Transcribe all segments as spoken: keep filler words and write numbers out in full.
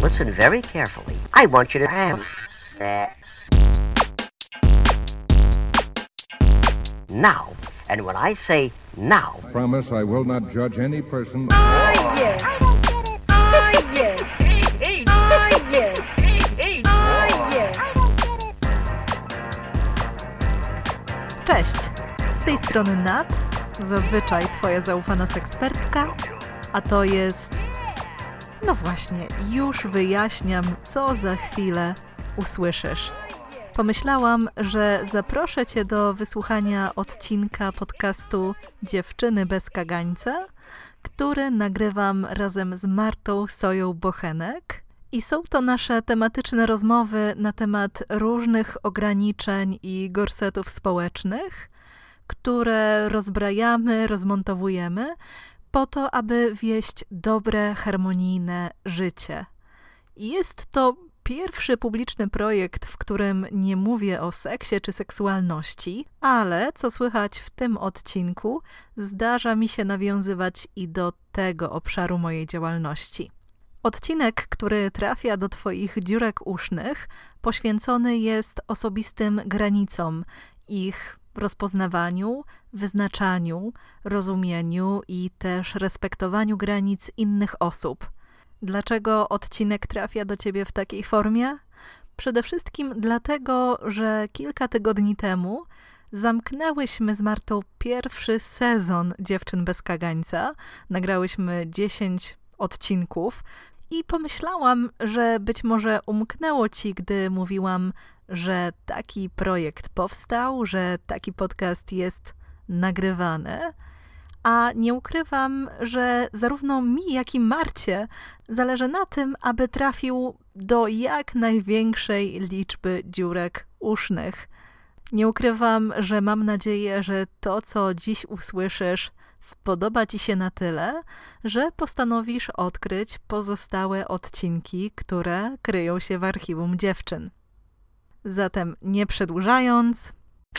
listen very carefully. I want you to have sex. Now. And when I say now... I promise I will not judge any person... Oh, yes. I don't get it. Oh, yes. Hey, hey. Oh, yes. Hey, hey. Oh, yes. I don't get it. Cześć! Z tej strony Nat, zazwyczaj twoja zaufana sekspertka, a to jest... No właśnie, już wyjaśniam, co za chwilę usłyszysz. Pomyślałam, że zaproszę cię do wysłuchania odcinka podcastu Dziewczyny bez kagańca, który nagrywam razem z Martą Soją-Bochenek. I są to nasze tematyczne rozmowy na temat różnych ograniczeń i gorsetów społecznych, które rozbrajamy, rozmontowujemy po to, aby wieść dobre, harmonijne życie. Jest to pierwszy publiczny projekt, w którym nie mówię o seksie czy seksualności, ale co słychać w tym odcinku, zdarza mi się nawiązywać i do tego obszaru mojej działalności. Odcinek, który trafia do twoich dziurek usznych, poświęcony jest osobistym granicom, ich rozpoznawaniu, wyznaczaniu, rozumieniu i też respektowaniu granic innych osób. Dlaczego odcinek trafia do ciebie w takiej formie? Przede wszystkim dlatego, że kilka tygodni temu zamknęłyśmy z Martą pierwszy sezon Dziewczyn bez kagańca. Nagrałyśmy dziesięć odcinków i pomyślałam, że być może umknęło ci, gdy mówiłam, że taki projekt powstał, że taki podcast jest nagrywany. A nie ukrywam, że zarówno mi, jak i Marcie zależy na tym, aby trafił do jak największej liczby dziurek usznych. Nie ukrywam, że mam nadzieję, że to, co dziś usłyszysz, spodoba ci się na tyle, że postanowisz odkryć pozostałe odcinki, które kryją się w archiwum dziewczyn. Zatem nie przedłużając...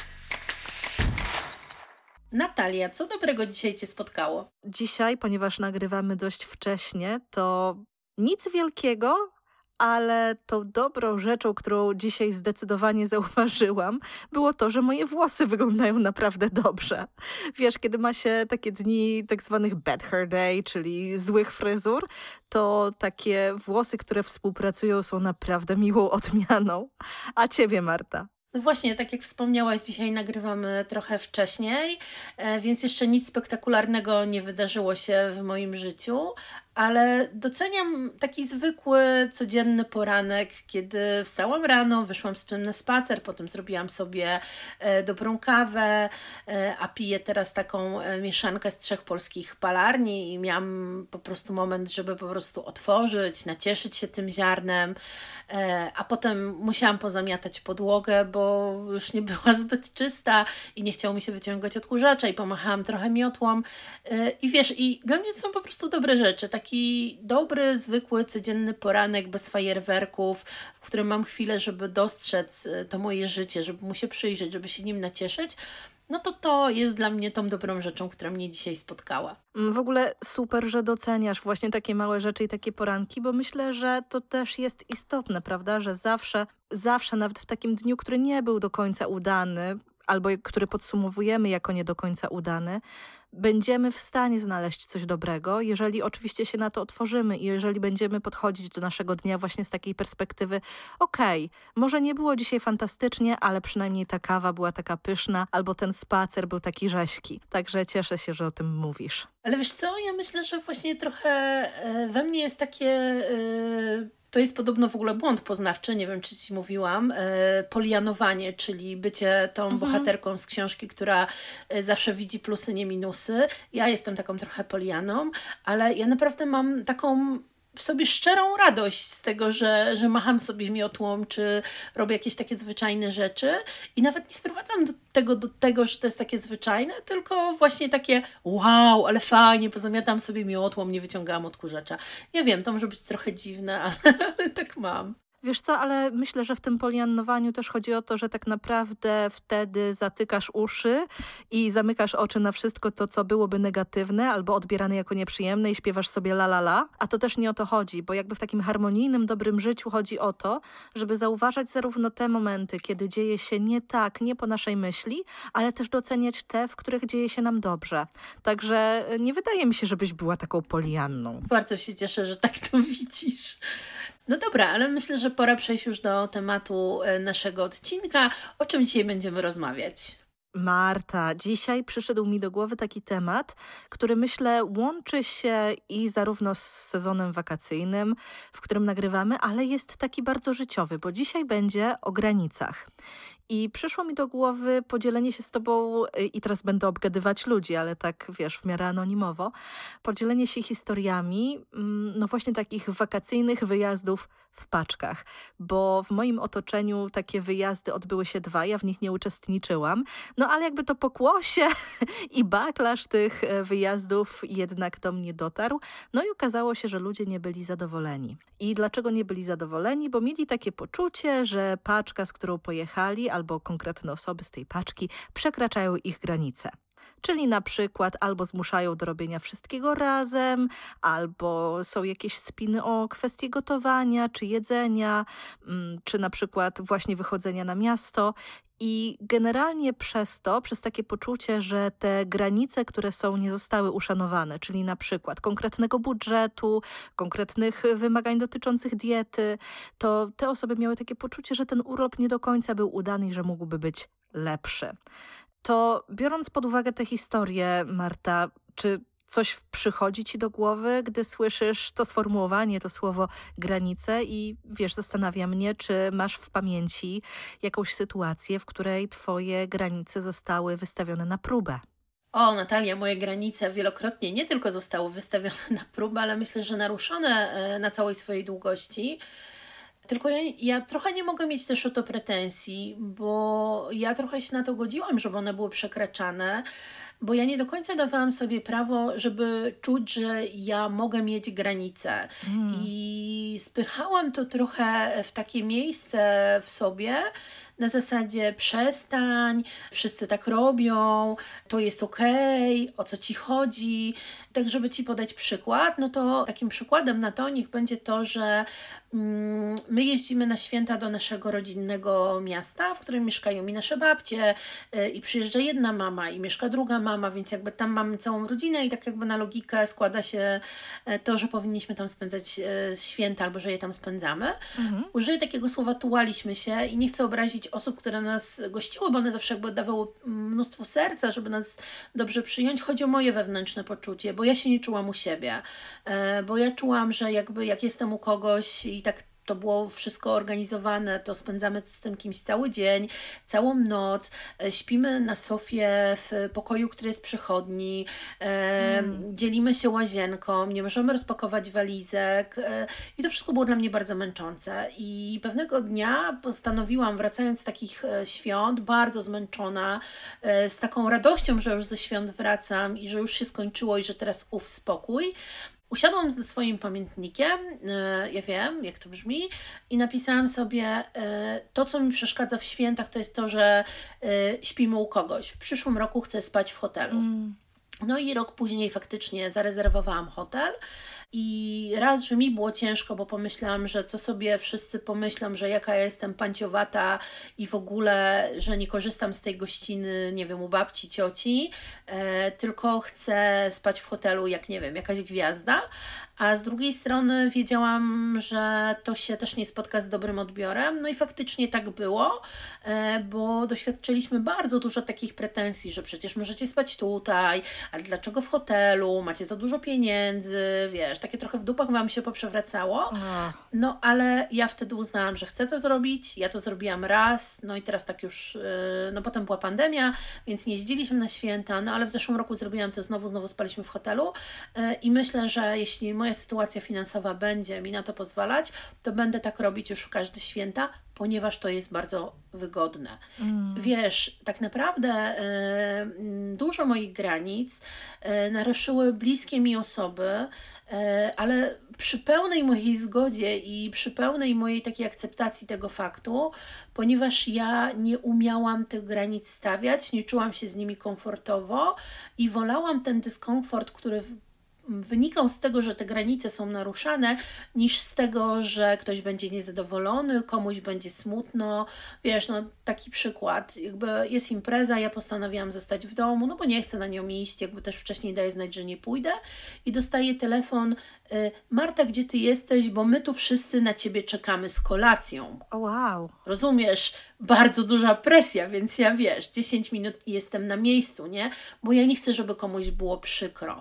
Natalia, co dobrego dzisiaj cię spotkało? Dzisiaj, ponieważ nagrywamy dość wcześnie, to nic wielkiego, ale tą dobrą rzeczą, którą dzisiaj zdecydowanie zauważyłam, było to, że moje włosy wyglądają naprawdę dobrze. Wiesz, kiedy ma się takie dni tak zwanych bad hair day, czyli złych fryzur, to takie włosy, które współpracują, są naprawdę miłą odmianą. A ciebie, Marta? No właśnie, tak jak wspomniałaś, dzisiaj nagrywamy trochę wcześniej, więc jeszcze nic spektakularnego nie wydarzyło się w moim życiu, ale doceniam taki zwykły, codzienny poranek, kiedy wstałam rano, wyszłam z psem na spacer, potem zrobiłam sobie dobrą kawę, a piję teraz taką mieszankę z trzech polskich palarni i miałam po prostu moment, żeby po prostu otworzyć, nacieszyć się tym ziarnem, a potem musiałam pozamiatać podłogę, bo już nie była zbyt czysta i nie chciało mi się wyciągać odkurzacza i pomachałam trochę miotłą i wiesz, i dla mnie to są po prostu dobre rzeczy, taki dobry, zwykły, codzienny poranek bez fajerwerków, w którym mam chwilę, żeby dostrzec to moje życie, żeby mu się przyjrzeć, żeby się nim nacieszyć. No to to jest dla mnie tą dobrą rzeczą, która mnie dzisiaj spotkała. W ogóle super, że doceniasz właśnie takie małe rzeczy i takie poranki, bo myślę, że to też jest istotne, prawda, że zawsze, zawsze nawet w takim dniu, który nie był do końca udany, albo który podsumowujemy jako nie do końca udany, będziemy w stanie znaleźć coś dobrego, jeżeli oczywiście się na to otworzymy i jeżeli będziemy podchodzić do naszego dnia właśnie z takiej perspektywy okej, okay, może nie było dzisiaj fantastycznie, ale przynajmniej ta kawa była taka pyszna, albo ten spacer był taki rześki. Także cieszę się, że o tym mówisz. Ale wiesz co, ja myślę, że właśnie trochę we mnie jest takie... Yy... To jest podobno w ogóle błąd poznawczy, nie wiem, czy ci mówiłam, e, polianowanie, czyli bycie tą mhm. bohaterką z książki, która zawsze widzi plusy, nie minusy. Ja jestem taką trochę polianą, ale ja naprawdę mam taką w sobie szczerą radość z tego, że, że macham sobie miotłą, czy robię jakieś takie zwyczajne rzeczy i nawet nie sprowadzam do tego, do tego, że to jest takie zwyczajne, tylko właśnie takie wow, ale fajnie, pozamiatam sobie miotłą, nie wyciągałam odkurzacza. Ja wiem, to może być trochę dziwne, ale, ale tak mam. Wiesz co, ale myślę, że w tym poliannowaniu też chodzi o to, że tak naprawdę wtedy zatykasz uszy i zamykasz oczy na wszystko to, co byłoby negatywne albo odbierane jako nieprzyjemne i śpiewasz sobie la la la, a to też nie o to chodzi, bo jakby w takim harmonijnym, dobrym życiu chodzi o to, żeby zauważać zarówno te momenty, kiedy dzieje się nie tak, nie po naszej myśli, ale też doceniać te, w których dzieje się nam dobrze. Także nie wydaje mi się, żebyś była taką polianną. Bardzo się cieszę, że tak to widzisz. No dobra, ale myślę, że pora przejść już do tematu e, naszego odcinka. O czym dzisiaj będziemy rozmawiać? Marta, dzisiaj przyszedł mi do głowy taki temat, który myślę łączy się i zarówno z sezonem wakacyjnym, w którym nagrywamy, ale jest taki bardzo życiowy, bo dzisiaj będzie o granicach. I przyszło mi do głowy podzielenie się z tobą, i teraz będę obgadywać ludzi, ale tak wiesz, w miarę anonimowo, podzielenie się historiami, no właśnie takich wakacyjnych wyjazdów w paczkach, bo w moim otoczeniu takie wyjazdy odbyły się dwa, ja w nich nie uczestniczyłam, no ale jakby to pokłosie i backlash tych wyjazdów jednak do mnie dotarł, no i okazało się, że ludzie nie byli zadowoleni. I dlaczego nie byli zadowoleni? Bo mieli takie poczucie, że paczka, z którą pojechali, albo konkretne osoby z tej paczki przekraczają ich granice. Czyli na przykład albo zmuszają do robienia wszystkiego razem, albo są jakieś spiny o kwestie gotowania, czy jedzenia, czy na przykład właśnie wychodzenia na miasto. I generalnie przez to, przez takie poczucie, że te granice, które są, nie zostały uszanowane, czyli na przykład konkretnego budżetu, konkretnych wymagań dotyczących diety, to te osoby miały takie poczucie, że ten urlop nie do końca był udany i że mógłby być lepszy. To biorąc pod uwagę tę historię, Marta, czy coś przychodzi ci do głowy, gdy słyszysz to sformułowanie, to słowo granice i wiesz, zastanawia mnie, czy masz w pamięci jakąś sytuację, w której twoje granice zostały wystawione na próbę? O, Natalia, moje granice wielokrotnie nie tylko zostały wystawione na próbę, ale myślę, że naruszone e, na całej swojej długości. Tylko ja, ja trochę nie mogę mieć też o to pretensji, bo ja trochę się na to godziłam, żeby one były przekraczane, bo ja nie do końca dawałam sobie prawo, żeby czuć, że ja mogę mieć granice. Mm. I spychałam to trochę w takie miejsce w sobie, na zasadzie przestań, wszyscy tak robią, to jest okej, o co ci chodzi. Tak, żeby ci podać przykład, no to takim przykładem na to niech będzie to, że mm, my jeździmy na święta do naszego rodzinnego miasta, w którym mieszkają i nasze babcie yy, i przyjeżdża jedna mama i mieszka druga mama, więc jakby tam mamy całą rodzinę i tak jakby na logikę składa się to, że powinniśmy tam spędzać yy, święta albo że je tam spędzamy. Mhm. Użyję takiego słowa tułaliśmy się i nie chcę obrazić osób, które nas gościły, bo one zawsze jakby dawały mnóstwo serca, żeby nas dobrze przyjąć. Chodzi o moje wewnętrzne poczucie, bo ja się nie czułam u siebie, bo ja czułam, że jakby jak jestem u kogoś i tak to było wszystko organizowane, to spędzamy z tym kimś cały dzień, całą noc, śpimy na sofie w pokoju, który jest przychodni, mm. dzielimy się łazienką, nie możemy rozpakować walizek i to wszystko było dla mnie bardzo męczące. I pewnego dnia postanowiłam, wracając z takich świąt, bardzo zmęczona, z taką radością, że już ze świąt wracam i że już się skończyło i że teraz ów spokój, usiadłam ze swoim pamiętnikiem, ja wiem, jak to brzmi, i napisałam sobie, to, co mi przeszkadza w świętach, to jest to, że śpimy u kogoś. W przyszłym roku chcę spać w hotelu. Mm. No i rok później faktycznie zarezerwowałam hotel. I raz, że mi było ciężko, bo pomyślałam, że co sobie wszyscy pomyślą, że jaka ja jestem panciowata i w ogóle, że nie korzystam z tej gościny, nie wiem, u babci, cioci, e, tylko chcę spać w hotelu jak, nie wiem, jakaś gwiazda. A z drugiej strony wiedziałam, że to się też nie spotka z dobrym odbiorem. No i faktycznie tak było, bo doświadczyliśmy bardzo dużo takich pretensji, że przecież możecie spać tutaj, ale dlaczego w hotelu, macie za dużo pieniędzy, wiesz, takie trochę w dupach wam się poprzewracało. No ale ja wtedy uznałam, że chcę to zrobić, ja to zrobiłam raz, no i teraz tak już, no potem była pandemia, więc nie jeździliśmy na święta, no ale w zeszłym roku zrobiłam to znowu, znowu spaliśmy w hotelu i myślę, że jeśli moja moja sytuacja finansowa będzie mi na to pozwalać, to będę tak robić już w każde święta, ponieważ to jest bardzo wygodne. Mm. Wiesz, tak naprawdę e, dużo moich granic e, naruszyły bliskie mi osoby, e, ale przy pełnej mojej zgodzie i przy pełnej mojej takiej akceptacji tego faktu, ponieważ ja nie umiałam tych granic stawiać, nie czułam się z nimi komfortowo i wolałam ten dyskomfort, który wynikał z tego, że te granice są naruszane, niż z tego, że ktoś będzie niezadowolony, komuś będzie smutno. Wiesz, no taki przykład, jakby jest impreza, ja postanowiłam zostać w domu, no bo nie chcę na nią iść, jakby też wcześniej daję znać, że nie pójdę i dostaję telefon: Marta, gdzie ty jesteś, bo my tu wszyscy na ciebie czekamy z kolacją. O wow. Rozumiesz? Bardzo duża presja, więc ja wiesz, dziesięć minut i jestem na miejscu, nie? Bo ja nie chcę, żeby komuś było przykro.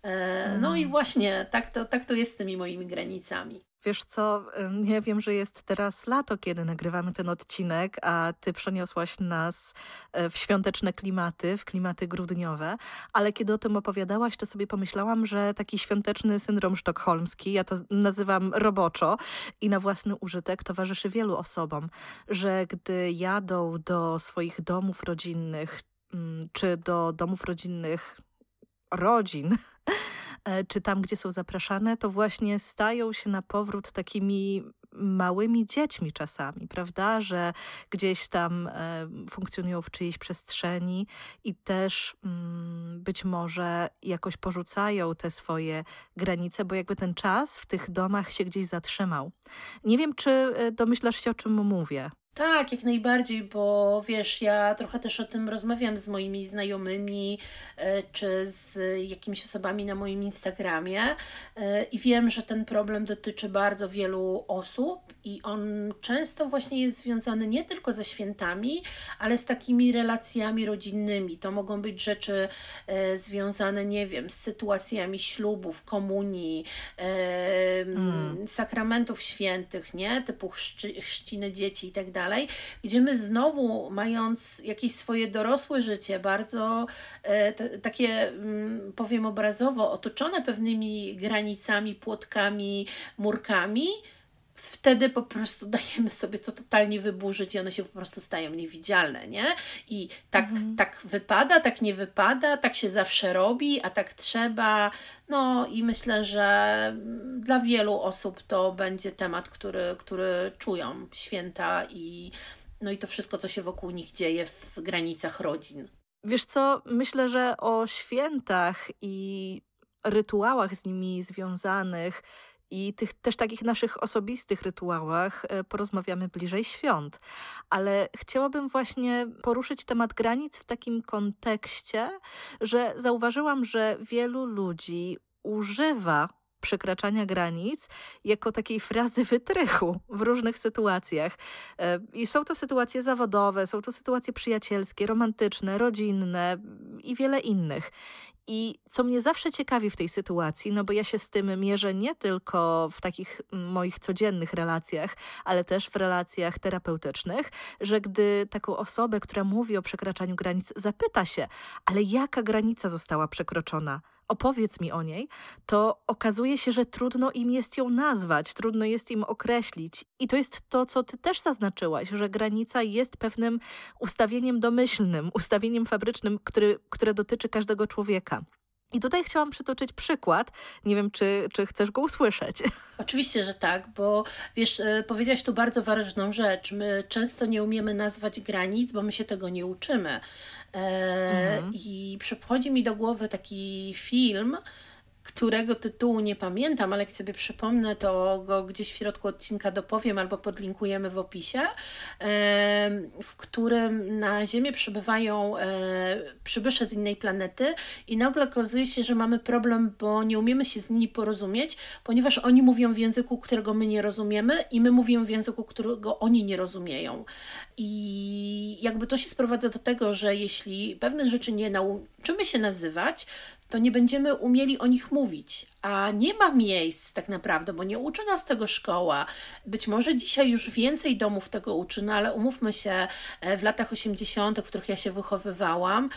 No i właśnie tak to, tak to jest z tymi moimi granicami. Wiesz co, nie wiem, że jest teraz lato, kiedy nagrywamy ten odcinek, a ty przeniosłaś nas w świąteczne klimaty, w klimaty grudniowe, ale kiedy o tym opowiadałaś, to sobie pomyślałam, że taki świąteczny syndrom sztokholmski, ja to nazywam roboczo i na własny użytek, towarzyszy wielu osobom, że gdy jadą do swoich domów rodzinnych, czy do domów rodzinnych rodzin, czy tam, gdzie są zapraszane, to właśnie stają się na powrót takimi małymi dziećmi czasami, prawda? Że gdzieś tam e, funkcjonują w czyjejś przestrzeni i też mm, być może jakoś porzucają te swoje granice, bo jakby ten czas w tych domach się gdzieś zatrzymał. Nie wiem, czy domyślasz się, o czym mówię. Tak, jak najbardziej, bo wiesz, ja trochę też o tym rozmawiam z moimi znajomymi czy z jakimiś osobami na moim Instagramie i wiem, że ten problem dotyczy bardzo wielu osób i on często właśnie jest związany nie tylko ze świętami, ale z takimi relacjami rodzinnymi. To mogą być rzeczy związane, nie wiem, z sytuacjami ślubów, komunii, hmm. sakramentów świętych, nie? Typu chrzci, chrzciny dzieci i tak dalej. Gdzie my znowu, mając jakieś swoje dorosłe życie, bardzo e, t, takie, m, powiem obrazowo, otoczone pewnymi granicami, płotkami, murkami, wtedy po prostu dajemy sobie to totalnie wyburzyć i one się po prostu stają niewidzialne, nie? I tak, mhm. tak wypada, tak nie wypada, tak się zawsze robi, a tak trzeba. No i myślę, że dla wielu osób to będzie temat, który, który czują święta i, no i to wszystko, co się wokół nich dzieje w granicach rodzin. Wiesz co, myślę, że o świętach i rytuałach z nimi związanych i tych też takich naszych osobistych rytuałach porozmawiamy bliżej świąt. Ale chciałabym właśnie poruszyć temat granic w takim kontekście, że zauważyłam, że wielu ludzi używa przekraczania granic jako takiej frazy wytrychu w różnych sytuacjach. I są to sytuacje zawodowe, są to sytuacje przyjacielskie, romantyczne, rodzinne i wiele innych. I co mnie zawsze ciekawi w tej sytuacji, no bo ja się z tym mierzę nie tylko w takich moich codziennych relacjach, ale też w relacjach terapeutycznych, że gdy taką osobę, która mówi o przekraczaniu granic, zapyta się, ale jaka granica została przekroczona? Opowiedz mi o niej, to okazuje się, że trudno im jest ją nazwać, trudno jest im określić. I to jest to, co ty też zaznaczyłaś, że granica jest pewnym ustawieniem domyślnym, ustawieniem fabrycznym, który, które dotyczy każdego człowieka. I tutaj chciałam przytoczyć przykład. Nie wiem, czy, czy chcesz go usłyszeć. Oczywiście, że tak, bo wiesz, powiedziałaś tu bardzo ważną rzecz. My często nie umiemy nazwać granic, bo my się tego nie uczymy. E, mhm. I przychodzi mi do głowy taki film, którego tytułu nie pamiętam, ale jak sobie przypomnę, to go gdzieś w środku odcinka dopowiem albo podlinkujemy w opisie, w którym na Ziemię przybywają przybysze z innej planety i nagle okazuje się, że mamy problem, bo nie umiemy się z nimi porozumieć, ponieważ oni mówią w języku, którego my nie rozumiemy i my mówimy w języku, którego oni nie rozumieją. I jakby to się sprowadza do tego, że jeśli pewnych rzeczy nie nauczymy się nazywać, to nie będziemy umieli o nich mówić, a nie ma miejsc tak naprawdę, bo nie uczy nas tego szkoła. Być może dzisiaj już więcej domów tego uczy, no ale umówmy się, w latach osiemdziesiątych, w których ja się wychowywałam,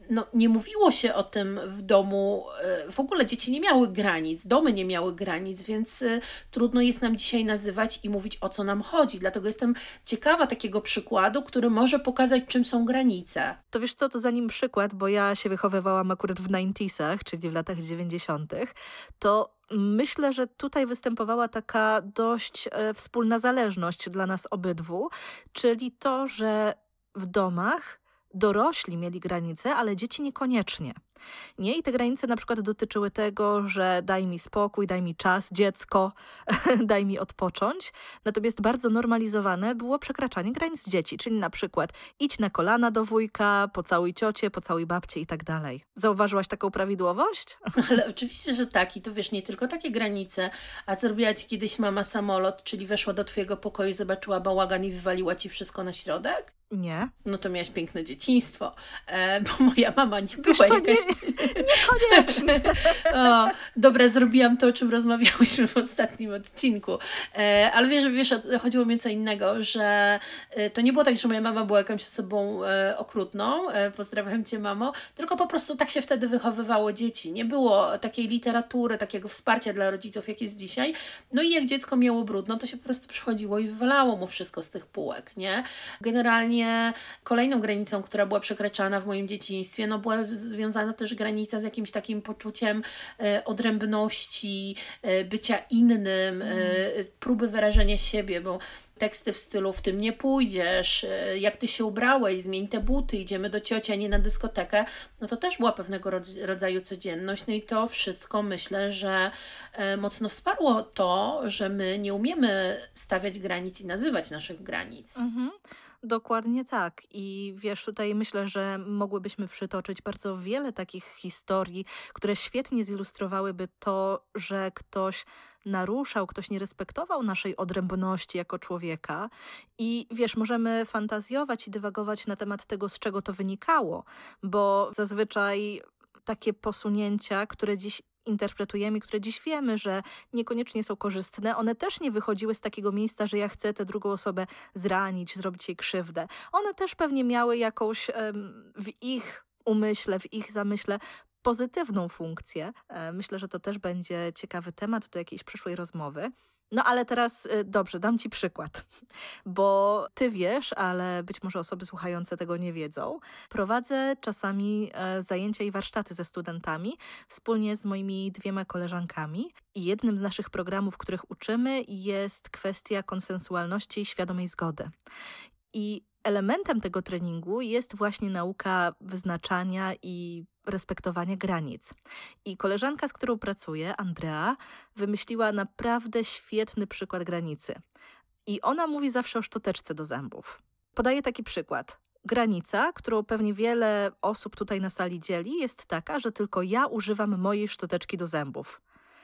no, nie mówiło się o tym w domu, e, w ogóle dzieci nie miały granic, domy nie miały granic, więc e, trudno jest nam dzisiaj nazywać i mówić, o co nam chodzi. Dlatego jestem ciekawa takiego przykładu, który może pokazać, czym są granice. To wiesz co, to zanim przykład, bo ja się wychowywałam akurat w dziewięćdziesiątych, czyli w latach dziewięćdziesiątych, to myślę, że tutaj występowała taka dość e, wspólna zależność dla nas obydwu, czyli to, że w domach dorośli mieli granice, ale dzieci niekoniecznie. Nie? I te granice na przykład dotyczyły tego, że daj mi spokój, daj mi czas, dziecko, daj mi odpocząć. Natomiast bardzo normalizowane było przekraczanie granic dzieci, czyli na przykład idź na kolana do wujka, pocałuj ciocię, pocałuj babcię i tak dalej. Zauważyłaś taką prawidłowość? Ale oczywiście, że tak. I to wiesz, nie tylko takie granice. A co robiła ci kiedyś mama samolot, czyli weszła do twojego pokoju, zobaczyła bałagan i wywaliła ci wszystko na środek? Nie. No to miałaś piękne dzieciństwo, e, bo moja mama nie była Wiesz co, jakaś... nie, niekoniecznie. O, dobra, zrobiłam to, o czym rozmawiałyśmy w ostatnim odcinku. E, ale wiesz, wiesz, chodziło mi o co innego, że e, to nie było tak, że moja mama była jakąś osobą e, okrutną, e, pozdrawiam cię mamo, tylko po prostu tak się wtedy wychowywało dzieci. Nie było takiej literatury, takiego wsparcia dla rodziców, jak jest dzisiaj. No i jak dziecko miało brudno, to się po prostu przychodziło i wywalało mu wszystko z tych półek, nie? Generalnie kolejną granicą, która była przekraczana w moim dzieciństwie, no była związana też granica z jakimś takim poczuciem e, odrębności, e, bycia innym, e, próby wyrażenia siebie, bo teksty w stylu w tym nie pójdziesz, e, jak ty się ubrałeś, zmień te buty, idziemy do cioci, a nie na dyskotekę, no to też była pewnego rodz- rodzaju codzienność. No i to wszystko myślę, że e, mocno wsparło to, że my nie umiemy stawiać granic i nazywać naszych granic. Mhm. Dokładnie tak. I wiesz, tutaj myślę, że mogłybyśmy przytoczyć bardzo wiele takich historii, które świetnie zilustrowałyby to, że ktoś naruszał, ktoś nie respektował naszej odrębności jako człowieka. I wiesz, możemy fantazjować i dywagować na temat tego, z czego to wynikało, bo zazwyczaj takie posunięcia, które dziś interpretujemy, które dziś wiemy, że niekoniecznie są korzystne, one też nie wychodziły z takiego miejsca, że ja chcę tę drugą osobę zranić, zrobić jej krzywdę. One też pewnie miały jakąś em, w ich umyśle, w ich zamyśle pozytywną funkcję. E, Myślę, że to też będzie ciekawy temat do jakiejś przyszłej rozmowy. No ale teraz y, dobrze, dam ci przykład, bo ty wiesz, ale być może osoby słuchające tego nie wiedzą. Prowadzę czasami e, zajęcia i warsztaty ze studentami wspólnie z moimi dwiema koleżankami i jednym z naszych programów, których uczymy, jest kwestia konsensualności i świadomej zgody. I elementem tego treningu jest właśnie nauka wyznaczania i respektowania granic. I koleżanka, z którą pracuję, Andrea, wymyśliła naprawdę świetny przykład granicy. I ona mówi zawsze o szczoteczce do zębów. Podaję taki przykład. Granica, którą pewnie wiele osób tutaj na sali dzieli, jest taka, że tylko ja używam mojej szczoteczki do zębów.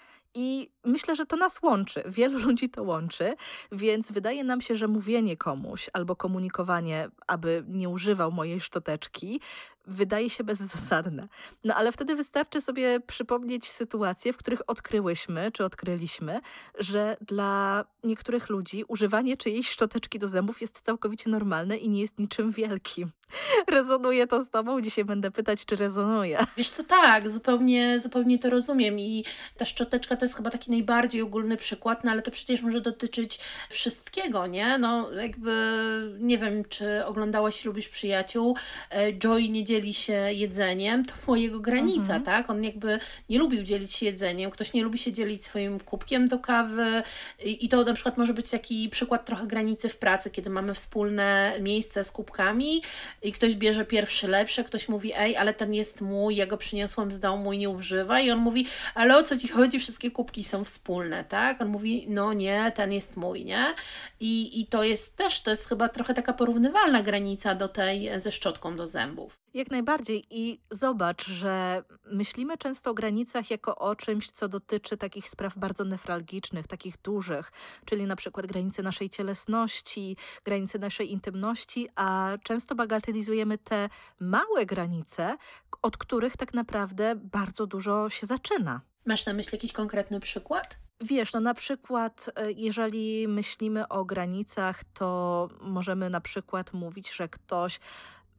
I myślę, że to nas łączy, wielu ludzi to łączy, więc wydaje nam się, że mówienie komuś albo komunikowanie, aby nie używał mojej szczoteczki, wydaje się bezzasadne. No ale wtedy wystarczy sobie przypomnieć sytuacje, w których odkryłyśmy, czy odkryliśmy, że dla niektórych ludzi używanie czyjejś szczoteczki do zębów jest całkowicie normalne i nie jest niczym wielkim. Rezonuje to z tobą? Dzisiaj będę pytać, czy rezonuje. Wiesz co, tak, zupełnie, zupełnie to rozumiem i ta szczoteczka to jest chyba taki najbardziej ogólny przykład, no ale to przecież może dotyczyć wszystkiego, nie? No jakby, nie wiem, czy oglądałaś Lubisz Przyjaciół, e, Joey nie dzieli się jedzeniem, to była jego granica, Mhm. tak? On jakby nie lubił dzielić się jedzeniem, ktoś nie lubi się dzielić swoim kubkiem do kawy i, i to na przykład może być taki przykład trochę granicy w pracy, kiedy mamy wspólne miejsce z kubkami i ktoś bierze pierwszy lepszy, ktoś mówi, ej, ale ten jest mój, ja go przyniosłam z domu i nie używa i on mówi, ale o co ci chodzi, wszystkie kubki są wspólne, tak? On mówi, no nie, ten jest mój, nie? I, i to jest też, to jest chyba trochę taka porównywalna granica do tej ze szczotką do zębów. Jak najbardziej i zobacz, że myślimy często o granicach jako o czymś, co dotyczy takich spraw bardzo newralgicznych, takich dużych, czyli na przykład granice naszej cielesności, granice naszej intymności, a często bagatelizujemy te małe granice, od których tak naprawdę bardzo dużo się zaczyna. Masz na myśli jakiś konkretny przykład? Wiesz, no na przykład, e, jeżeli myślimy o granicach, to możemy na przykład mówić, że ktoś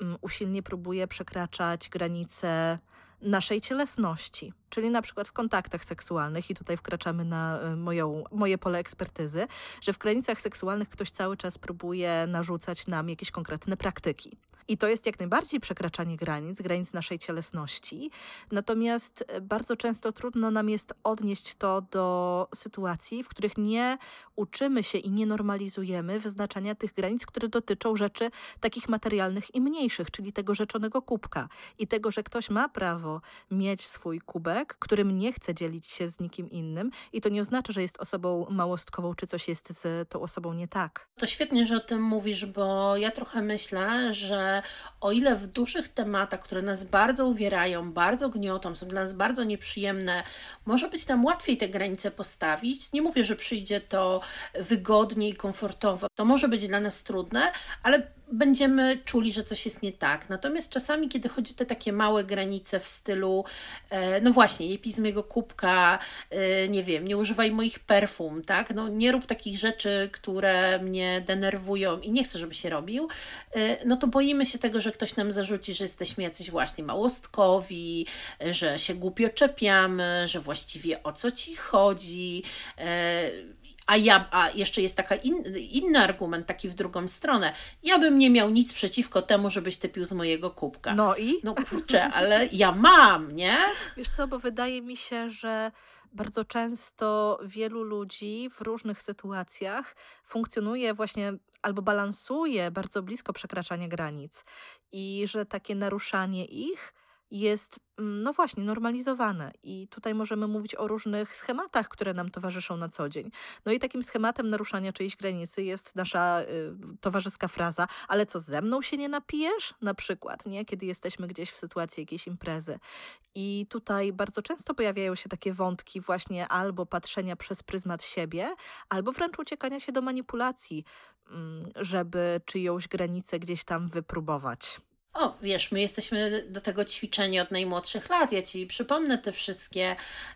mm, usilnie próbuje przekraczać granice naszej cielesności, czyli na przykład w kontaktach seksualnych, i tutaj wkraczamy na y, moją, moje pole ekspertyzy, że w granicach seksualnych ktoś cały czas próbuje narzucać nam jakieś konkretne praktyki. I to jest jak najbardziej przekraczanie granic, granic naszej cielesności, natomiast y, bardzo często trudno nam jest odnieść to do sytuacji, w których nie uczymy się i nie normalizujemy wyznaczania tych granic, które dotyczą rzeczy takich materialnych i mniejszych, czyli tego rzeczonego kubka i tego, że ktoś ma prawo mieć swój kubek, którym nie chce dzielić się z nikim innym, i to nie oznacza, że jest osobą małostkową, czy coś jest z tą osobą nie tak. To świetnie, że o tym mówisz, bo ja trochę myślę, że o ile w dużych tematach, które nas bardzo uwierają, bardzo gniotą, są dla nas bardzo nieprzyjemne, może być nam łatwiej te granice postawić. Nie mówię, że przyjdzie to wygodnie i komfortowo. To może być dla nas trudne, ale będziemy czuli, że coś jest nie tak. Natomiast czasami, kiedy chodzi o te takie małe granice w stylu, e, no właśnie, nie pij z mojego kubka, e, nie wiem, nie używaj moich perfum, tak? No nie rób takich rzeczy, które mnie denerwują i nie chcę, żeby się robił, e, no to boimy się tego, że ktoś nam zarzuci, że jesteśmy jacyś właśnie małostkowi, e, że się głupio czepiamy, że właściwie o co ci chodzi, e, A ja, a jeszcze jest taka in, inny argument, taki w drugą stronę. Ja bym nie miał nic przeciwko temu, żebyś ty pił z mojego kubka. No i? No kurczę, ale ja mam, nie? Wiesz co, bo wydaje mi się, że bardzo często wielu ludzi w różnych sytuacjach funkcjonuje właśnie albo balansuje bardzo blisko przekraczania granic i że takie naruszanie ich jest, mm, no właśnie, normalizowane. I tutaj możemy mówić o różnych schematach, które nam towarzyszą na co dzień. No i takim schematem naruszania czyjejś granicy jest nasza y, towarzyska fraza: ale co, ze mną się nie napijesz? Na przykład, nie? Kiedy jesteśmy gdzieś w sytuacji jakiejś imprezy. I tutaj bardzo często pojawiają się takie wątki właśnie albo patrzenia przez pryzmat siebie, albo wręcz uciekania się do manipulacji, mm, żeby czyjąś granicę gdzieś tam wypróbować. O, wiesz, my jesteśmy do tego ćwiczeni od najmłodszych lat. Ja ci przypomnę te wszystkie,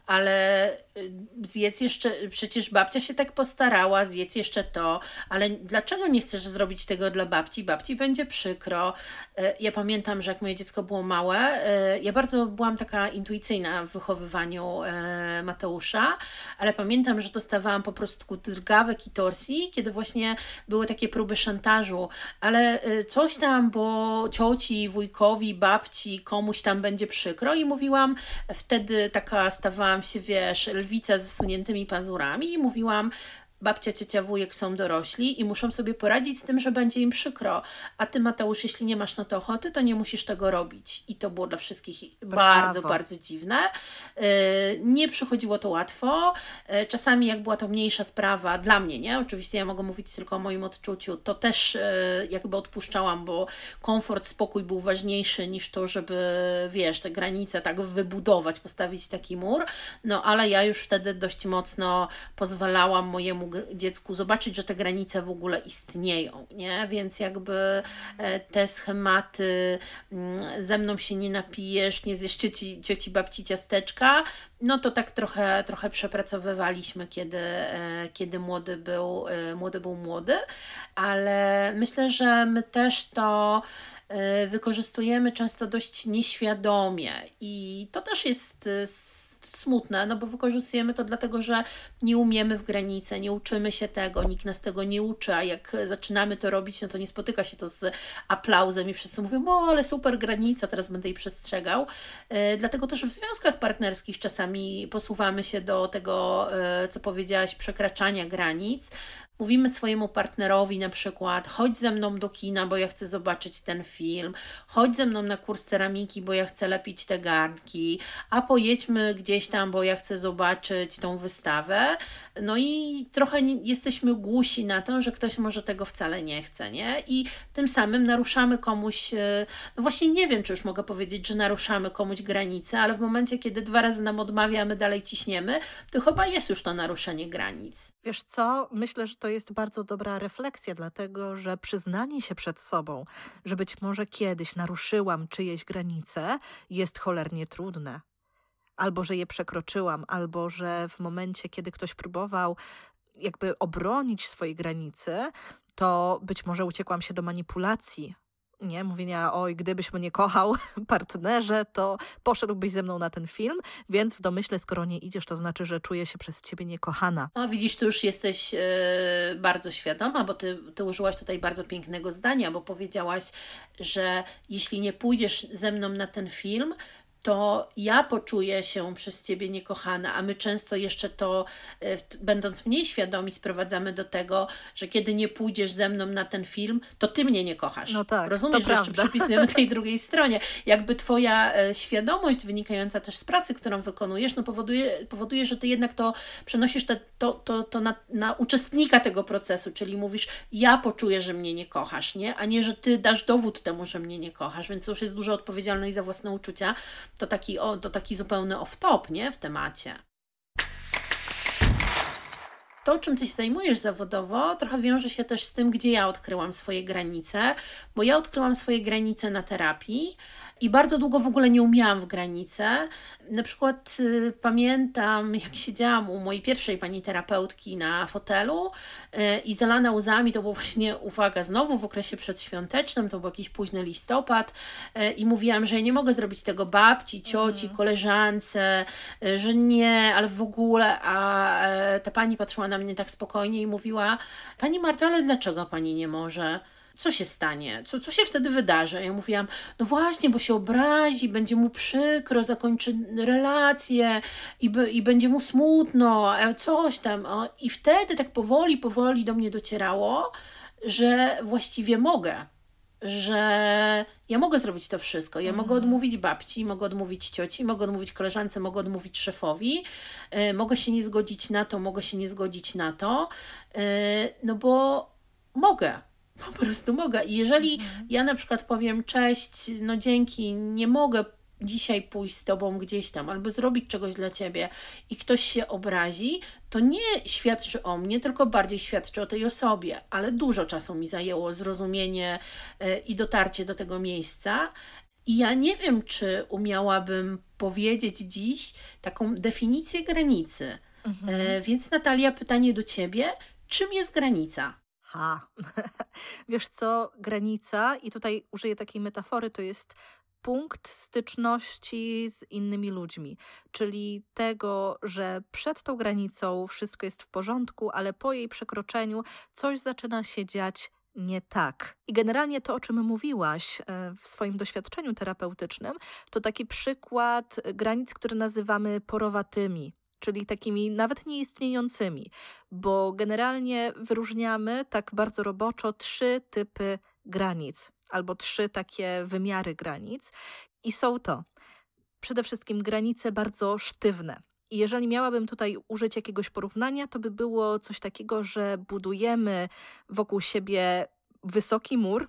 ale y, zjedz jeszcze, przecież babcia się tak postarała, zjedz jeszcze to, ale dlaczego nie chcesz zrobić tego dla babci? Babci będzie przykro. Y, Ja pamiętam, że jak moje dziecko było małe, y, ja bardzo byłam taka intuicyjna w wychowywaniu y, Mateusza, ale pamiętam, że dostawałam po prostu drgawek i torsji, kiedy właśnie były takie próby szantażu, ale y, coś tam, bo cioci, wujkowi, babci, komuś tam będzie przykro, i mówiłam, wtedy taka stawałam się, wiesz, lwica z wsuniętymi pazurami i mówiłam: babcia, ciocia, wujek są dorośli i muszą sobie poradzić z tym, że będzie im przykro. A ty, Mateusz, jeśli nie masz na to ochoty, to nie musisz tego robić. I to było dla wszystkich Brawo. bardzo, bardzo dziwne. Yy, Nie przychodziło to łatwo. Yy, Czasami jak była to mniejsza sprawa, dla mnie, nie? Oczywiście ja mogę mówić tylko o moim odczuciu, to też yy, jakby odpuszczałam, bo komfort, spokój był ważniejszy niż to, żeby, wiesz, te granice tak wybudować, postawić taki mur. No ale ja już wtedy dość mocno pozwalałam mojemu dziecku zobaczyć, że te granice w ogóle istnieją, nie? Więc jakby e, te schematy, mm, ze mną się nie napijesz, nie zjesz cioci, cioci babci ciasteczka, no to tak trochę, trochę przepracowywaliśmy, kiedy, e, kiedy młody był, e, młody był młody, ale myślę, że my też to e, wykorzystujemy często dość nieświadomie i to też jest e, smutne, no bo wykorzystujemy to dlatego, że nie umiemy w granice, nie uczymy się tego, nikt nas tego nie uczy, a jak zaczynamy to robić, no to nie spotyka się to z aplauzem i wszyscy mówią: o, ale super granica, teraz będę jej przestrzegał. E, dlatego też w związkach partnerskich czasami posuwamy się do tego, e, co powiedziałaś, przekraczania granic. Mówimy swojemu partnerowi na przykład: chodź ze mną do kina, bo ja chcę zobaczyć ten film, chodź ze mną na kurs ceramiki, bo ja chcę lepić te garnki, a pojedźmy gdzieś tam, bo ja chcę zobaczyć tą wystawę. No i trochę jesteśmy głusi na to, że ktoś może tego wcale nie chce, nie? I tym samym naruszamy komuś, no właśnie nie wiem, czy już mogę powiedzieć, że naruszamy komuś granice, ale w momencie, kiedy dwa razy nam odmawia, a my dalej ciśniemy, to chyba jest już to naruszenie granic. Wiesz co? Myślę, że to jest bardzo dobra refleksja, dlatego że przyznanie się przed sobą, że być może kiedyś naruszyłam czyjeś granice, jest cholernie trudne. Albo że je przekroczyłam, albo że w momencie, kiedy ktoś próbował jakby obronić swojej granicy, to być może uciekłam się do manipulacji, nie, mówienia, oj, gdybyś mnie kochał, partnerze, to poszedłbyś ze mną na ten film, więc w domyśle, skoro nie idziesz, to znaczy, że czuję się przez ciebie niekochana. O, widzisz, tu już jesteś e, bardzo świadoma, bo ty, ty użyłaś tutaj bardzo pięknego zdania, bo powiedziałaś, że jeśli nie pójdziesz ze mną na ten film, to ja poczuję się przez ciebie niekochana, a my często jeszcze to, e, w- będąc mniej świadomi, sprowadzamy do tego, że kiedy nie pójdziesz ze mną na ten film, to ty mnie nie kochasz. No tak, Rozumiesz, to że jeszcze prawda. przypisujemy tej drugiej stronie. Jakby twoja e, świadomość wynikająca też z pracy, którą wykonujesz, no powoduje, powoduje, że ty jednak to przenosisz te, to, to, to na, na uczestnika tego procesu, czyli mówisz, ja poczuję, że mnie nie kochasz, nie? A nie, że ty dasz dowód temu, że mnie nie kochasz, więc to już jest duża odpowiedzialność za własne uczucia. To taki, o, to taki zupełny off-top, nie? W temacie. To, czym ty się zajmujesz zawodowo, trochę wiąże się też z tym, gdzie ja odkryłam swoje granice, bo ja odkryłam swoje granice na terapii i bardzo długo w ogóle nie umiałam w granice. Na przykład y, pamiętam, jak siedziałam u mojej pierwszej pani terapeutki na fotelu y, i zalana łzami, to było właśnie, uwaga, znowu w okresie przedświątecznym, to był jakiś późny listopad y, i mówiłam, że ja nie mogę zrobić tego babci, cioci, koleżance, y, że nie, ale w ogóle, a e, ta pani patrzyła na mnie tak spokojnie i mówiła, pani Marto, ale dlaczego pani nie może? Co się stanie? Co, co się wtedy wydarzy? Ja mówiłam, no właśnie, bo się obrazi, będzie mu przykro, zakończy relację i, be, i będzie mu smutno, e, coś tam. O. I wtedy tak powoli, powoli do mnie docierało, że właściwie mogę. Że ja mogę zrobić to wszystko. Ja mogę odmówić babci, mogę odmówić cioci, mogę odmówić koleżance, mogę odmówić szefowi, e, mogę się nie zgodzić na to, mogę się nie zgodzić na to, e, no bo mogę. Po prostu mogę. I jeżeli ja na przykład powiem, cześć, no dzięki, nie mogę dzisiaj pójść z tobą gdzieś tam, albo zrobić czegoś dla ciebie i ktoś się obrazi, to nie świadczy o mnie, tylko bardziej świadczy o tej osobie. Ale dużo czasu mi zajęło zrozumienie e, i dotarcie do tego miejsca. I ja nie wiem, czy umiałabym powiedzieć dziś taką definicję granicy. E, więc Natalia, pytanie do ciebie, czym jest granica? Ha, wiesz co, granica, i tutaj użyję takiej metafory, to jest punkt styczności z innymi ludźmi, czyli tego, że przed tą granicą wszystko jest w porządku, ale po jej przekroczeniu coś zaczyna się dziać nie tak. I generalnie to, o czym mówiłaś e, w swoim doświadczeniu terapeutycznym, to taki przykład granic, które nazywamy porowatymi, czyli takimi nawet nieistniejącymi, bo generalnie wyróżniamy tak bardzo roboczo trzy typy granic, albo trzy takie wymiary granic i są to przede wszystkim granice bardzo sztywne. I jeżeli miałabym tutaj użyć jakiegoś porównania, to by było coś takiego, że budujemy wokół siebie wysoki mur,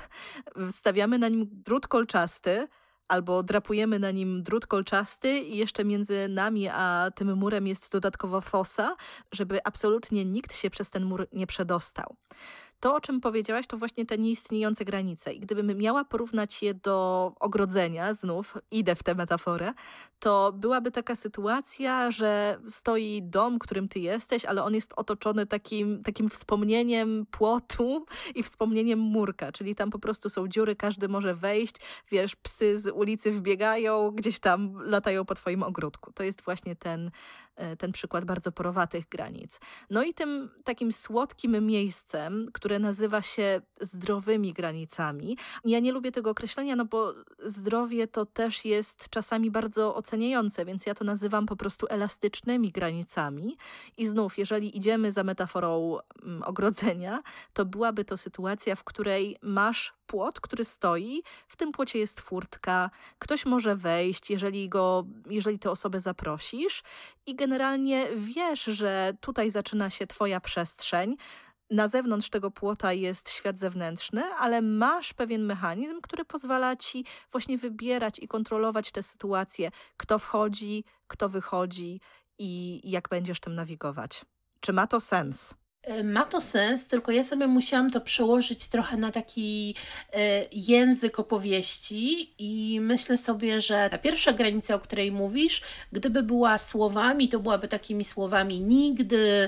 stawiamy na nim drut kolczasty, albo drapujemy na nim drut kolczasty i jeszcze między nami a tym murem jest dodatkowo fosa, żeby absolutnie nikt się przez ten mur nie przedostał. To, o czym powiedziałaś, to właśnie te nieistniejące granice. I gdybym miała porównać je do ogrodzenia, znów idę w tę metaforę, to byłaby taka sytuacja, że stoi dom, którym ty jesteś, ale on jest otoczony takim, takim wspomnieniem płotu i wspomnieniem murka, czyli tam po prostu są dziury, każdy może wejść, wiesz, psy z ulicy wbiegają, gdzieś tam latają po twoim ogródku. To jest właśnie ten, ten przykład bardzo porowatych granic. No i tym takim słodkim miejscem, które nazywa się zdrowymi granicami. Ja nie lubię tego określenia, no bo zdrowie to też jest czasami bardzo oceniające, więc ja to nazywam po prostu elastycznymi granicami. I znów, jeżeli idziemy za metaforą mm, ogrodzenia, to byłaby to sytuacja, w której masz płot, który stoi, w tym płocie jest furtka, ktoś może wejść, jeżeli go, jeżeli tę osobę zaprosisz i generalnie wiesz, że tutaj zaczyna się twoja przestrzeń. Na zewnątrz tego płota jest świat zewnętrzny, ale masz pewien mechanizm, który pozwala ci właśnie wybierać i kontrolować tę sytuację, kto wchodzi, kto wychodzi i jak będziesz tym nawigować. Czy ma to sens? E, Ma to sens, tylko ja sobie musiałam to przełożyć trochę na taki e, język opowieści i myślę sobie, że ta pierwsza granica, o której mówisz, gdyby była słowami, to byłaby takimi słowami nigdy,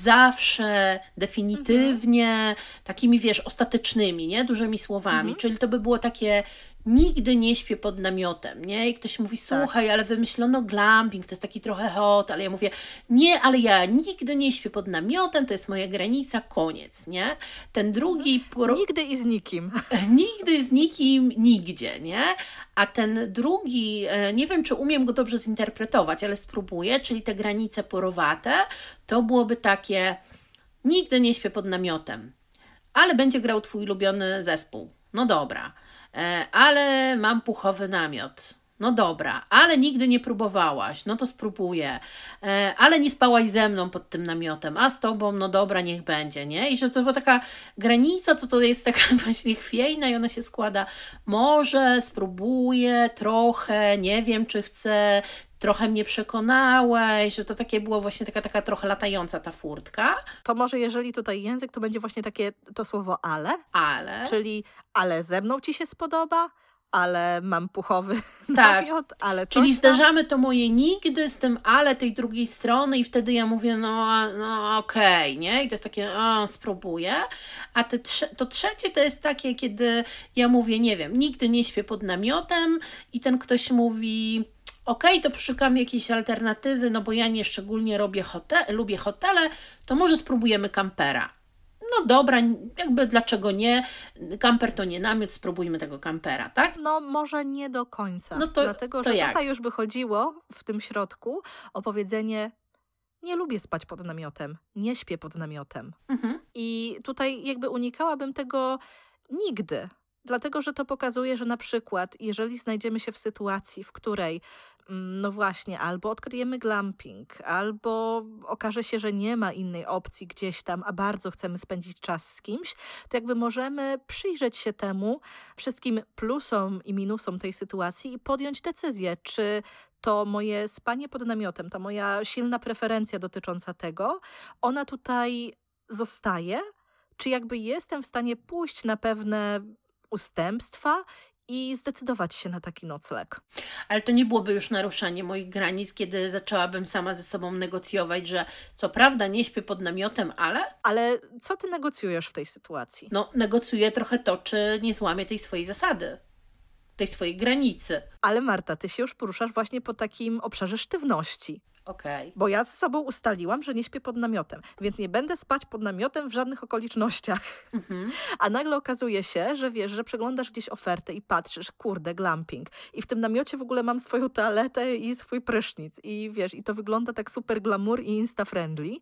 zawsze, definitywnie, takimi wiesz, ostatecznymi, nie? Dużymi słowami, czyli to by było takie nigdy nie śpię pod namiotem, nie? I ktoś mówi, słuchaj, ale wymyślono glamping, to jest taki trochę hot, ale ja mówię, nie, ale ja nigdy nie śpię pod namiotem, to jest moja granica, koniec, nie? Ten drugi... Pro... Nigdy i z nikim. Nigdy z nikim, nigdzie, nie? A ten drugi, e, nie wiem, czy umiem go dobrze zinterpretować, ale spróbuję, czyli te granice porowate, to byłoby takie, nigdy nie śpię pod namiotem, ale będzie grał twój ulubiony zespół. No dobra. E, ale mam puchowy namiot. No dobra, ale nigdy nie próbowałaś, no to spróbuję. E, ale nie spałaś ze mną pod tym namiotem, a z tobą, no dobra, niech będzie, nie? I że to była taka granica, to to jest taka właśnie chwiejna i ona się składa, może spróbuję trochę, nie wiem, czy chcę, trochę mnie przekonałeś, że to takie było właśnie taka, taka trochę latająca ta furtka, To może jeżeli tutaj język, to będzie właśnie takie to słowo ale, ale... czyli ale ze mną ci się spodoba, ale mam puchowy Tak. namiot, ale coś Czyli tam. zderzamy to moje nigdy z tym ale tej drugiej strony i wtedy ja mówię, no, a- no okej, nie? I to jest takie, o, spróbuję. A te trze- to trzecie to jest takie, kiedy ja mówię, nie wiem, nigdy nie śpię pod namiotem i ten ktoś mówi, okej, to poszukam jakiejś alternatywy, no bo ja nie szczególnie robię hote- lubię hotele, to może spróbujemy kampera. No dobra, jakby dlaczego nie? Kamper to nie namiot, spróbujmy tego kampera, tak? No może nie do końca, No to- dlatego to że jak? tutaj już by chodziło w tym środku o powiedzenie nie lubię spać pod namiotem, nie śpię pod namiotem. Mhm. I tutaj jakby unikałabym tego nigdy. Dlatego, że to pokazuje, że na przykład, jeżeli znajdziemy się w sytuacji, w której, mm, no właśnie, albo odkryjemy glamping, albo okaże się, że nie ma innej opcji gdzieś tam, a bardzo chcemy spędzić czas z kimś, to jakby możemy przyjrzeć się temu wszystkim plusom i minusom tej sytuacji i podjąć decyzję, czy to moje spanie pod namiotem, ta moja silna preferencja dotycząca tego, ona tutaj zostaje, czy jakby jestem w stanie pójść na pewne ustępstwa i zdecydować się na taki nocleg. Ale to nie byłoby już naruszanie moich granic, kiedy zaczęłabym sama ze sobą negocjować, że co prawda nie śpię pod namiotem, ale Ale co ty negocjujesz w tej sytuacji? no negocjuję trochę to, czy nie złamię tej swojej zasady, tej swojej granicy. Ale Marta, ty się już poruszasz właśnie po takim obszarze sztywności. Okej. Bo ja ze sobą ustaliłam, że nie śpię pod namiotem, więc nie będę spać pod namiotem w żadnych okolicznościach. Mhm. A nagle okazuje się, że wiesz, że przeglądasz gdzieś ofertę i patrzysz, kurde, glamping. I w tym namiocie w ogóle mam swoją toaletę i swój prysznic. I wiesz, i to wygląda tak super glamour i insta-friendly.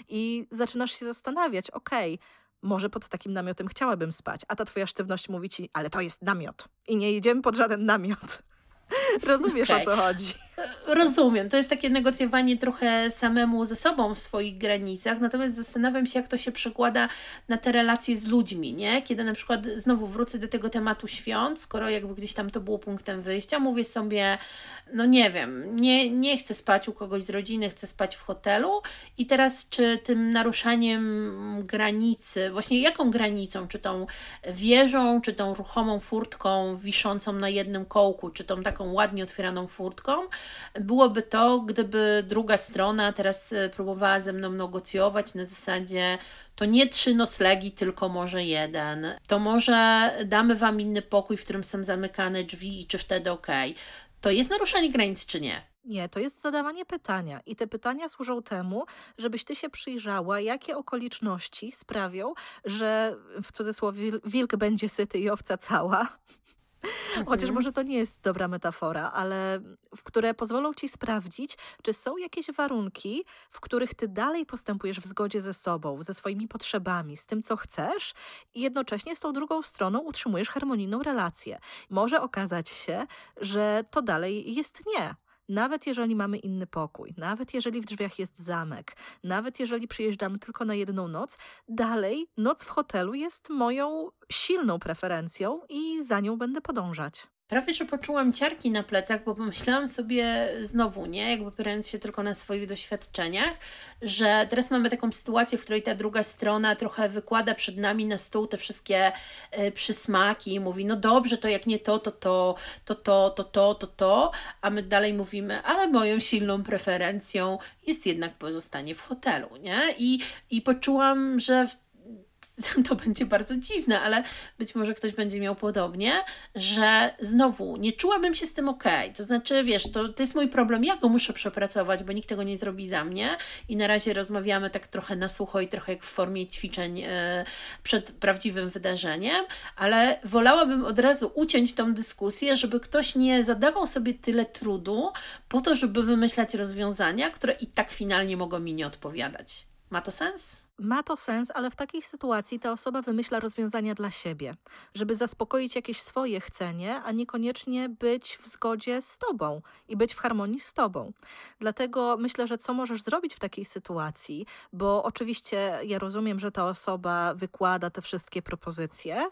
I zaczynasz się zastanawiać, okej, może pod takim namiotem chciałabym spać. A ta twoja sztywność mówi ci, ale to jest namiot. I nie idziemy pod żaden namiot. Rozumiesz, Okej. o co chodzi. Rozumiem, to jest takie negocjowanie trochę samemu ze sobą w swoich granicach, natomiast zastanawiam się, jak to się przekłada na te relacje z ludźmi, nie? Kiedy na przykład znowu wrócę do tego tematu świąt, skoro jakby gdzieś tam to było punktem wyjścia, mówię sobie, no nie wiem, nie, nie chcę spać u kogoś z rodziny, chcę spać w hotelu i teraz czy tym naruszaniem granicy, właśnie jaką granicą, czy tą wieżą, czy tą ruchomą furtką wiszącą na jednym kołku, czy tą taką ładnie otwieraną furtką, byłoby to, gdyby druga strona teraz e, próbowała ze mną negocjować na zasadzie to nie trzy noclegi, tylko może jeden. To może damy Wam inny pokój, w którym są zamykane drzwi i czy wtedy okej. To jest naruszanie granic, czy nie? Nie, to jest zadawanie pytania. I te pytania służą temu, żebyś ty się przyjrzała, jakie okoliczności sprawią, że w cudzysłowie wilk będzie syty i owca cała. Chociaż może to nie jest dobra metafora, ale w które pozwolą ci sprawdzić, czy są jakieś warunki, w których ty dalej postępujesz w zgodzie ze sobą, ze swoimi potrzebami, z tym, co chcesz i jednocześnie z tą drugą stroną utrzymujesz harmonijną relację. Może okazać się, że to dalej jest nie. Nawet jeżeli mamy inny pokój, nawet jeżeli w drzwiach jest zamek, nawet jeżeli przyjeżdżamy tylko na jedną noc, dalej noc w hotelu jest moją silną preferencją i za nią będę podążać. prawie że poczułam ciarki na plecach, bo pomyślałam sobie znowu, nie, jakby opierając się tylko na swoich doświadczeniach, że teraz mamy taką sytuację, w której ta druga strona trochę wykłada przed nami na stół te wszystkie y, przysmaki i mówi, no dobrze, to jak nie to, to to, to to, to to, to to, a my dalej mówimy, ale moją silną preferencją jest jednak pozostanie w hotelu, nie? I, i poczułam, że w to będzie bardzo dziwne, ale być może ktoś będzie miał podobnie, że znowu nie czułabym się z tym okej. To znaczy, wiesz, to, to jest mój problem, ja go muszę przepracować, bo nikt tego nie zrobi za mnie i na razie rozmawiamy tak trochę na sucho i trochę jak w formie ćwiczeń yy, przed prawdziwym wydarzeniem, ale wolałabym od razu uciąć tą dyskusję, żeby ktoś nie zadawał sobie tyle trudu po to, żeby wymyślać rozwiązania, które i tak finalnie mogą mi nie odpowiadać. Ma to sens? Ma to sens, ale w takiej sytuacji ta osoba wymyśla rozwiązania dla siebie, żeby zaspokoić jakieś swoje chcenie, a niekoniecznie być w zgodzie z tobą i być w harmonii z tobą. Dlatego myślę, że co możesz zrobić w takiej sytuacji, bo oczywiście ja rozumiem, że ta osoba wykłada te wszystkie propozycje,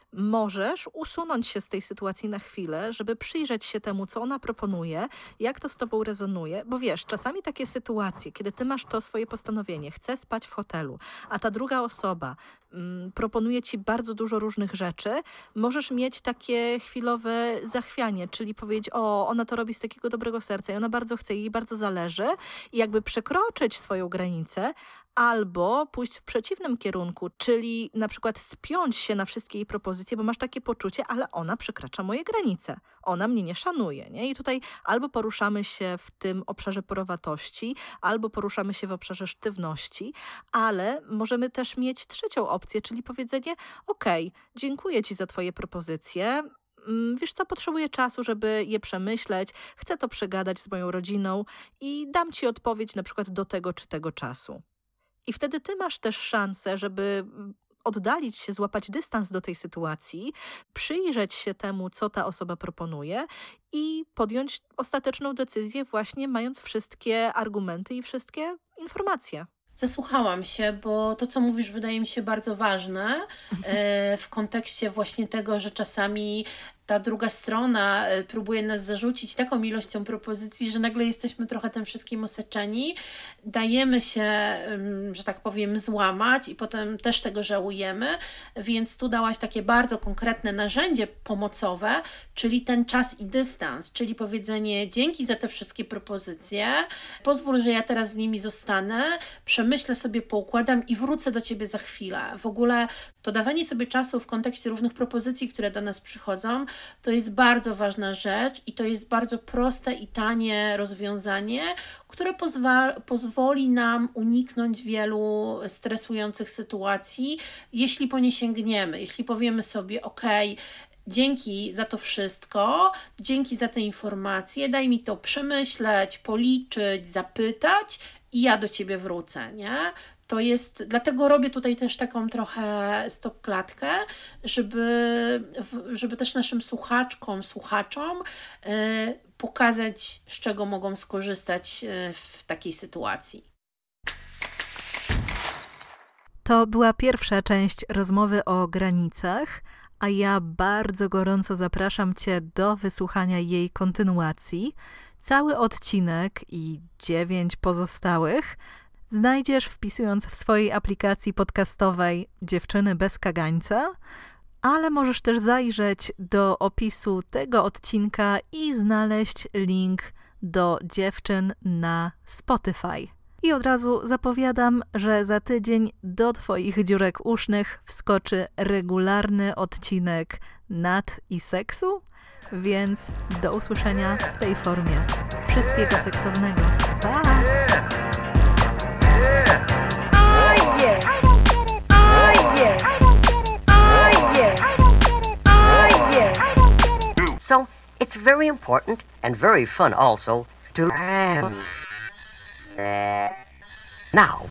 możesz usunąć się z tej sytuacji na chwilę, żeby przyjrzeć się temu, co ona proponuje, jak to z tobą rezonuje, bo wiesz, czasami takie sytuacje, kiedy ty masz to swoje postanowienie, chcę spać w hotelu, a ta druga osoba mm, proponuje ci bardzo dużo różnych rzeczy, możesz mieć takie chwilowe zachwianie, czyli powiedzieć, o, ona to robi z takiego dobrego serca i ona bardzo chce, jej bardzo zależy i jakby przekroczyć swoją granicę, albo pójść w przeciwnym kierunku, czyli na przykład spiąć się na wszystkie jej propozycje, bo masz takie poczucie, ale ona przekracza moje granice, ona mnie nie szanuje, nie? I tutaj albo poruszamy się w tym obszarze porowatości, albo poruszamy się w obszarze sztywności, ale możemy też mieć trzecią opcję, czyli powiedzenie, okej, dziękuję ci za twoje propozycje, wiesz co, potrzebuję czasu, żeby je przemyśleć, chcę to przegadać z moją rodziną i dam ci odpowiedź na przykład do tego czy tego czasu. I wtedy ty masz też szansę, żeby oddalić się, złapać dystans do tej sytuacji, przyjrzeć się temu, co ta osoba proponuje i podjąć ostateczną decyzję właśnie mając wszystkie argumenty i wszystkie informacje. Zasłuchałam się, bo to, co mówisz, wydaje mi się bardzo ważne e, w kontekście właśnie tego, że czasami ta druga strona próbuje nas zarzucić taką ilością propozycji, że nagle jesteśmy trochę tym wszystkim osaczeni, dajemy się, że tak powiem, złamać i potem też tego żałujemy, więc tu dałaś takie bardzo konkretne narzędzie pomocowe, czyli ten czas i dystans, czyli powiedzenie dzięki za te wszystkie propozycje, pozwól, że ja teraz z nimi zostanę, przemyślę sobie, poukładam i wrócę do Ciebie za chwilę. W ogóle to dawanie sobie czasu w kontekście różnych propozycji, które do nas przychodzą, to jest bardzo ważna rzecz i to jest bardzo proste i tanie rozwiązanie, które pozwa- pozwoli nam uniknąć wielu stresujących sytuacji, jeśli po nie sięgniemy, jeśli powiemy sobie, ok, dzięki za to wszystko, dzięki za te informacje, daj mi to przemyśleć, policzyć, zapytać i ja do Ciebie wrócę, nie? To jest, dlatego robię tutaj też taką trochę stopklatkę, żeby, żeby też naszym słuchaczkom, słuchaczom yy, pokazać, z czego mogą skorzystać yy, w takiej sytuacji. To była pierwsza część rozmowy o granicach, a ja bardzo gorąco zapraszam Cię do wysłuchania jej kontynuacji. Cały odcinek i dziewięć pozostałych znajdziesz wpisując w swojej aplikacji podcastowej Dziewczyny bez kagańca, ale możesz też zajrzeć do opisu tego odcinka i znaleźć link do dziewczyn na Spotify. I od razu zapowiadam, że za tydzień do Twoich dziurek usznych wskoczy regularny odcinek Nat i seksu, więc do usłyszenia w tej formie. Wszystkiego seksownego. Pa! Oh yeah. Oh yeah. Oh yeah. Oh yeah. So, it's very important and very fun also to... Um, uh, now,